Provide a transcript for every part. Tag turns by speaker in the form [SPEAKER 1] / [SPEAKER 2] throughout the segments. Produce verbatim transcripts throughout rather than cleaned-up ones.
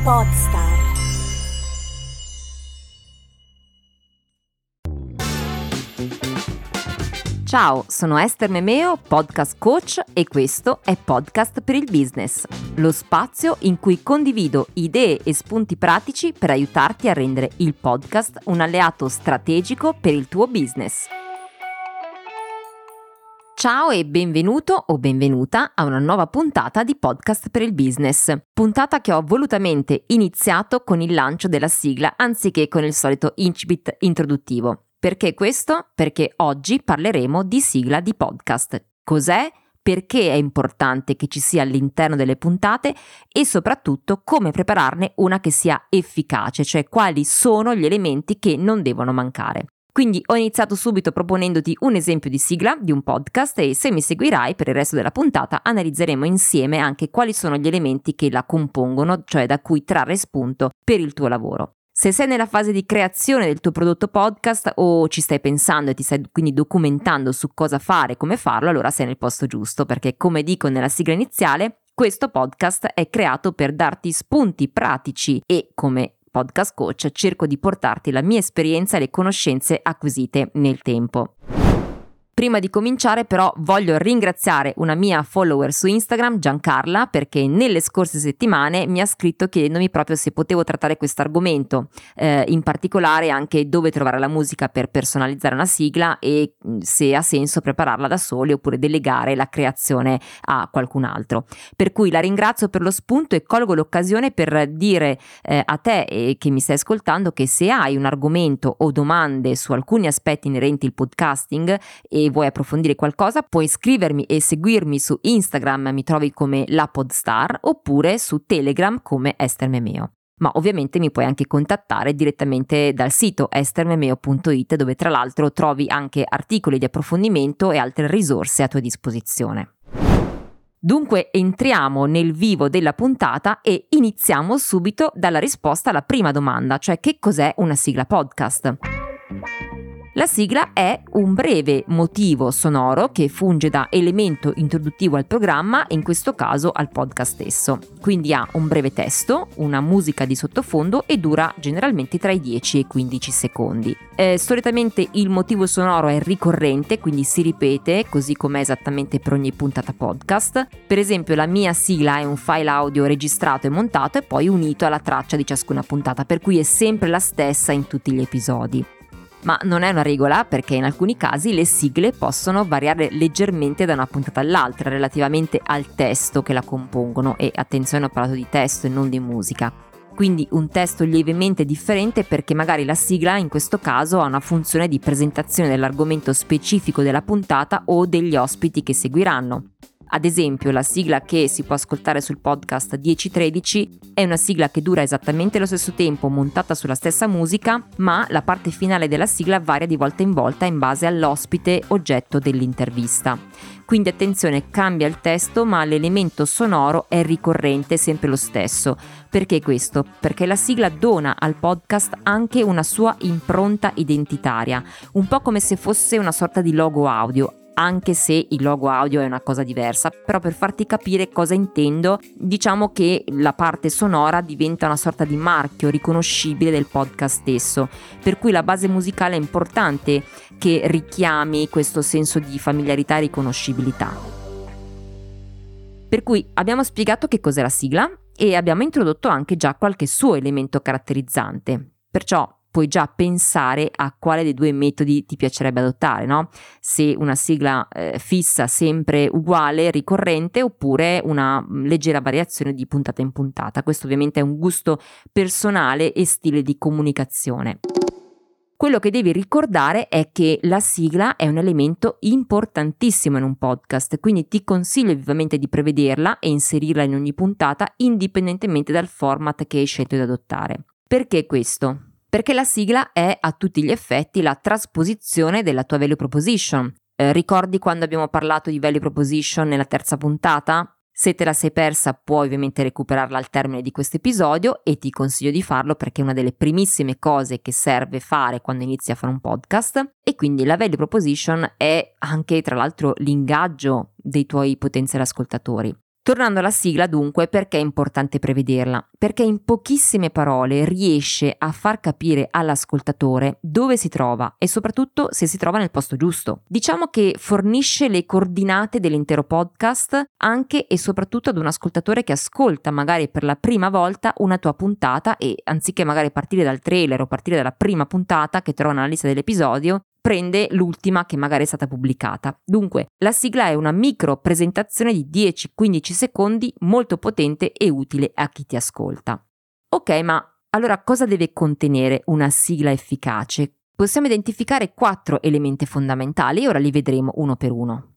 [SPEAKER 1] Podstar.
[SPEAKER 2] Ciao, sono Esther Memeo, podcast coach, e questo è Podcast per il Business, lo spazio in cui condivido idee e spunti pratici per aiutarti a rendere il podcast un alleato strategico per il tuo business. Ciao e benvenuto o benvenuta a una nuova puntata di Podcast per il Business, puntata che ho volutamente iniziato con il lancio della sigla anziché con il solito incipit introduttivo. Perché questo? Perché oggi parleremo di sigla di podcast. Cos'è? Perché è importante che ci sia all'interno delle puntate e soprattutto come prepararne una che sia efficace, cioè quali sono gli elementi che non devono mancare. Quindi ho iniziato subito proponendoti un esempio di sigla di un podcast e se mi seguirai per il resto della puntata analizzeremo insieme anche quali sono gli elementi che la compongono, cioè da cui trarre spunto per il tuo lavoro. Se sei nella fase di creazione del tuo prodotto podcast o ci stai pensando e ti stai quindi documentando su cosa fare e come farlo, allora sei nel posto giusto, perché come dico nella sigla iniziale, questo podcast è creato per darti spunti pratici e come podcast coach cerco di portarti la mia esperienza e le conoscenze acquisite nel tempo. Prima di cominciare però voglio ringraziare una mia follower su Instagram, Giancarla, perché nelle scorse settimane mi ha scritto chiedendomi proprio se potevo trattare questo argomento, eh, in particolare anche dove trovare la musica per personalizzare una sigla e se ha senso prepararla da soli oppure delegare la creazione a qualcun altro. Per cui la ringrazio per lo spunto e colgo l'occasione per dire eh, a te eh, che mi stai ascoltando che se hai un argomento o domande su alcuni aspetti inerenti al podcasting e vuoi approfondire qualcosa, puoi scrivermi e seguirmi su Instagram, mi trovi come la Podstar, oppure su Telegram come Esther Memeo. Ma ovviamente mi puoi anche contattare direttamente dal sito ester memeo punto it, dove tra l'altro trovi anche articoli di approfondimento e altre risorse a tua disposizione. Dunque entriamo nel vivo della puntata e iniziamo subito dalla risposta alla prima domanda, cioè che cos'è una sigla podcast? La sigla è un breve motivo sonoro che funge da elemento introduttivo al programma e in questo caso al podcast stesso. Quindi ha un breve testo, una musica di sottofondo e dura generalmente tra i dieci e i quindici secondi. Eh, solitamente il motivo sonoro è ricorrente, quindi si ripete, così come esattamente per ogni puntata podcast. Per esempio la mia sigla è un file audio registrato e montato e poi unito alla traccia di ciascuna puntata, per cui è sempre la stessa in tutti gli episodi. Ma non è una regola perché in alcuni casi le sigle possono variare leggermente da una puntata all'altra relativamente al testo che la compongono e attenzione, ho parlato di testo e non di musica. Quindi un testo lievemente differente perché magari la sigla in questo caso ha una funzione di presentazione dell'argomento specifico della puntata o degli ospiti che seguiranno. Ad esempio, la sigla che si può ascoltare sul podcast dieci tredici è una sigla che dura esattamente lo stesso tempo, montata sulla stessa musica, ma la parte finale della sigla varia di volta in volta in base all'ospite oggetto dell'intervista. Quindi attenzione, cambia il testo, ma l'elemento sonoro è ricorrente, sempre lo stesso. Perché questo? Perché la sigla dona al podcast anche una sua impronta identitaria, un po' come se fosse una sorta di logo audio, anche se il logo audio è una cosa diversa, però per farti capire cosa intendo, diciamo che la parte sonora diventa una sorta di marchio riconoscibile del podcast stesso, per cui la base musicale è importante che richiami questo senso di familiarità e riconoscibilità. Per cui abbiamo spiegato che cos'è la sigla e abbiamo introdotto anche già qualche suo elemento caratterizzante, perciò puoi già pensare a quale dei due metodi ti piacerebbe adottare, no? Se una sigla eh, fissa sempre uguale, ricorrente, oppure una leggera variazione di puntata in puntata. Questo ovviamente è un gusto personale e stile di comunicazione. Quello che devi ricordare è che la sigla è un elemento importantissimo in un podcast, quindi ti consiglio vivamente di prevederla e inserirla in ogni puntata indipendentemente dal format che hai scelto di adottare. Perché questo? Perché la sigla è a tutti gli effetti la trasposizione della tua value proposition. Eh, ricordi quando abbiamo parlato di value proposition nella terza puntata? Se te la sei persa puoi ovviamente recuperarla al termine di questo episodio e ti consiglio di farlo perché è una delle primissime cose che serve fare quando inizi a fare un podcast e quindi la value proposition è anche tra l'altro l'ingaggio dei tuoi potenziali ascoltatori. Tornando alla sigla, dunque, perché è importante prevederla? Perché in pochissime parole riesce a far capire all'ascoltatore dove si trova e soprattutto se si trova nel posto giusto. Diciamo che fornisce le coordinate dell'intero podcast anche e soprattutto ad un ascoltatore che ascolta magari per la prima volta una tua puntata e anziché magari partire dal trailer o partire dalla prima puntata che trova nella lista dell'episodio, prende l'ultima che magari è stata pubblicata. Dunque, la sigla è una micro presentazione di dieci quindici secondi molto potente e utile a chi ti ascolta. Ok, ma allora cosa deve contenere una sigla efficace? Possiamo identificare quattro elementi fondamentali e ora li vedremo uno per uno.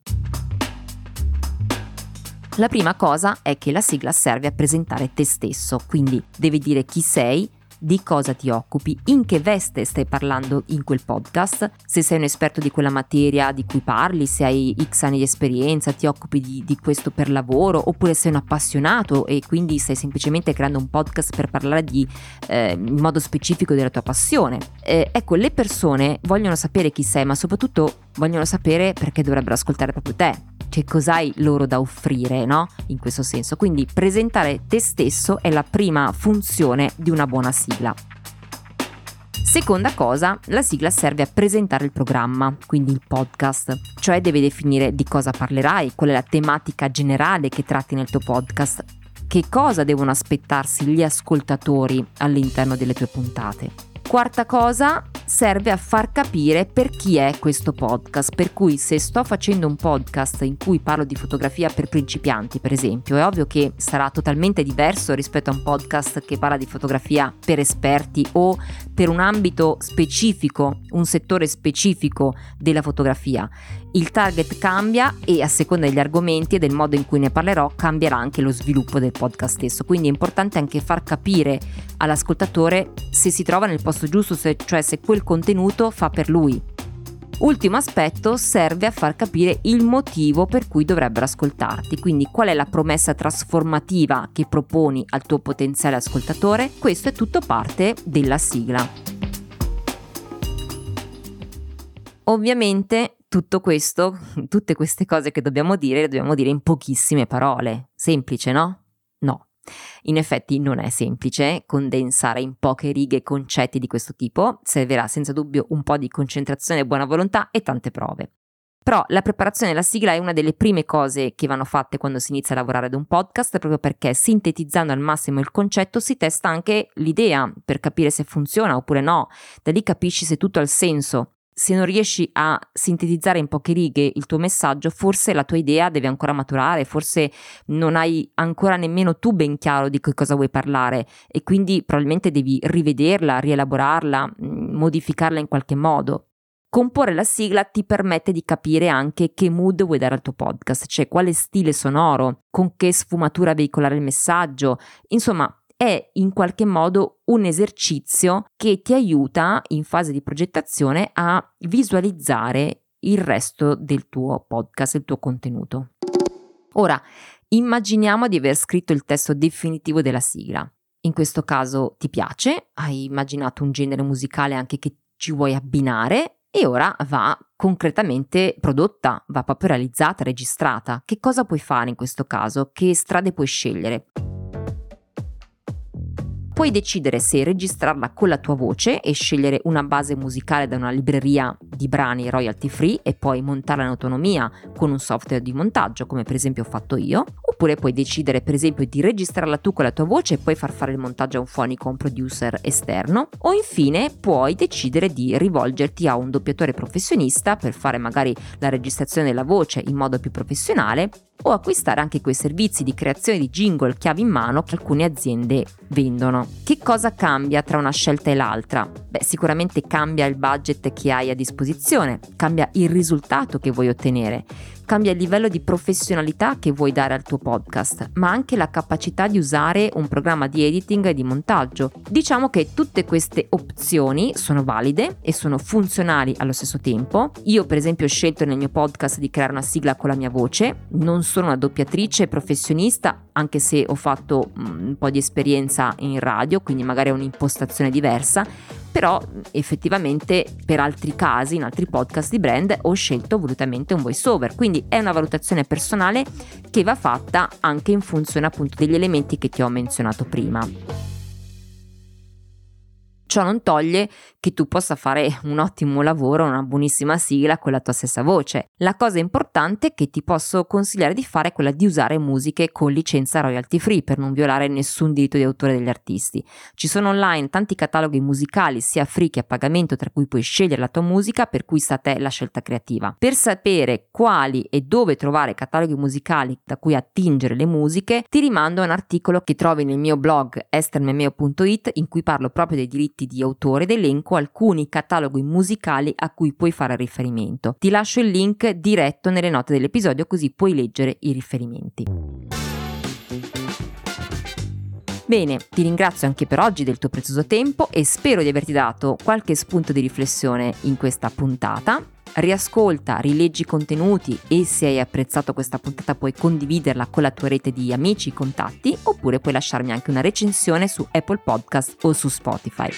[SPEAKER 2] La prima cosa è che la sigla serve a presentare te stesso, quindi devi dire chi sei, di cosa ti occupi, in che veste stai parlando in quel podcast, se sei un esperto di quella materia di cui parli, se hai X anni di esperienza, ti occupi di, di questo per lavoro, oppure sei un appassionato e quindi stai semplicemente creando un podcast per parlare di, eh, in modo specifico della tua passione. Eh, ecco, le persone vogliono sapere chi sei, ma soprattutto vogliono sapere perché dovrebbero ascoltare proprio te. Che cos'hai loro da offrire, no? In questo senso. Quindi presentare te stesso è la prima funzione di una buona sigla. Seconda cosa, la sigla serve a presentare il programma, quindi il podcast, cioè deve definire di cosa parlerai, qual è la tematica generale che tratti nel tuo podcast, che cosa devono aspettarsi gli ascoltatori all'interno delle tue puntate. Quarta cosa, serve a far capire per chi è questo podcast, per cui se sto facendo un podcast in cui parlo di fotografia per principianti, per esempio, è ovvio che sarà totalmente diverso rispetto a un podcast che parla di fotografia per esperti o per un ambito specifico, un settore specifico della fotografia. Il target cambia e a seconda degli argomenti e del modo in cui ne parlerò cambierà anche lo sviluppo del podcast stesso, quindi è importante anche far capire all'ascoltatore se si trova nel posto giusto, se, cioè se quel contenuto fa per lui. Ultimo aspetto, serve a far capire il motivo per cui dovrebbero ascoltarti, quindi qual è la promessa trasformativa che proponi al tuo potenziale ascoltatore. Questo è tutto parte della sigla. Ovviamente tutto questo, tutte queste cose che dobbiamo dire, le dobbiamo dire in pochissime parole. Semplice, no? No. In effetti non è semplice condensare in poche righe concetti di questo tipo, servirà senza dubbio un po' di concentrazione, buona volontà e tante prove. Però la preparazione della sigla è una delle prime cose che vanno fatte quando si inizia a lavorare ad un podcast, proprio perché sintetizzando al massimo il concetto si testa anche l'idea per capire se funziona oppure no, da lì capisci se tutto ha il senso. Se non riesci a sintetizzare in poche righe il tuo messaggio, forse la tua idea deve ancora maturare, forse non hai ancora nemmeno tu ben chiaro di che cosa vuoi parlare e quindi probabilmente devi rivederla, rielaborarla, modificarla in qualche modo. Comporre la sigla ti permette di capire anche che mood vuoi dare al tuo podcast, cioè quale stile sonoro, con che sfumatura veicolare il messaggio, insomma è in qualche modo un esercizio che ti aiuta in fase di progettazione a visualizzare il resto del tuo podcast, il tuo contenuto. Ora, immaginiamo di aver scritto il testo definitivo della sigla. In questo caso ti piace, hai immaginato un genere musicale anche che ci vuoi abbinare e ora va concretamente prodotta, va proprio realizzata, registrata. Che cosa puoi fare in questo caso? Che strade puoi scegliere? Puoi decidere se registrarla con la tua voce e scegliere una base musicale da una libreria di brani royalty free e poi montarla in autonomia con un software di montaggio, come per esempio ho fatto io, oppure puoi decidere per esempio di registrarla tu con la tua voce e poi far fare il montaggio a un fonico o un producer esterno, o infine puoi decidere di rivolgerti a un doppiatore professionista per fare magari la registrazione della voce in modo più professionale o acquistare anche quei servizi di creazione di jingle chiave in mano che alcune aziende vendono. Che cosa cambia tra una scelta e l'altra? Beh, sicuramente cambia il budget che hai a disposizione, cambia il risultato che vuoi ottenere, cambia il livello di professionalità che vuoi dare al tuo podcast, ma anche la capacità di usare un programma di editing e di montaggio. Diciamo che tutte queste opzioni sono valide e sono funzionali allo stesso tempo. Io per esempio ho scelto nel mio podcast di creare una sigla con la mia voce, non sono una doppiatrice professionista, anche se ho fatto un po' di esperienza in radio, quindi magari è un'impostazione diversa, però effettivamente per altri casi, in altri podcast di brand, ho scelto volutamente un voice over, quindi è una valutazione personale che va fatta anche in funzione appunto degli elementi che ti ho menzionato prima. Ciò non toglie che tu possa fare un ottimo lavoro, una buonissima sigla con la tua stessa voce. La cosa importante che ti posso consigliare di fare è quella di usare musiche con licenza royalty free per non violare nessun diritto di autore degli artisti. Ci sono online tanti cataloghi musicali sia free che a pagamento, tra cui puoi scegliere la tua musica, per cui sta a te la scelta creativa. Per sapere quali e dove trovare cataloghi musicali da cui attingere le musiche, ti rimando a un articolo che trovi nel mio blog estermemeo punto it in cui parlo proprio dei diritti di autore ed elenco alcuni cataloghi musicali a cui puoi fare riferimento. Ti lascio il link diretto nelle note dell'episodio, così puoi leggere i riferimenti. Bene, ti ringrazio anche per oggi del tuo prezioso tempo e spero di averti dato qualche spunto di riflessione in questa puntata. Riascolta, rileggi i contenuti e se hai apprezzato questa puntata puoi condividerla con la tua rete di amici, contatti, oppure puoi lasciarmi anche una recensione su Apple Podcast o su Spotify.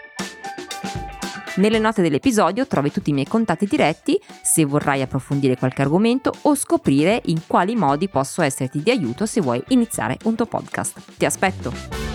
[SPEAKER 2] Nelle note dell'episodio trovi tutti i miei contatti diretti se vorrai approfondire qualche argomento o scoprire in quali modi posso esserti di aiuto se vuoi iniziare un tuo podcast. Ti aspetto!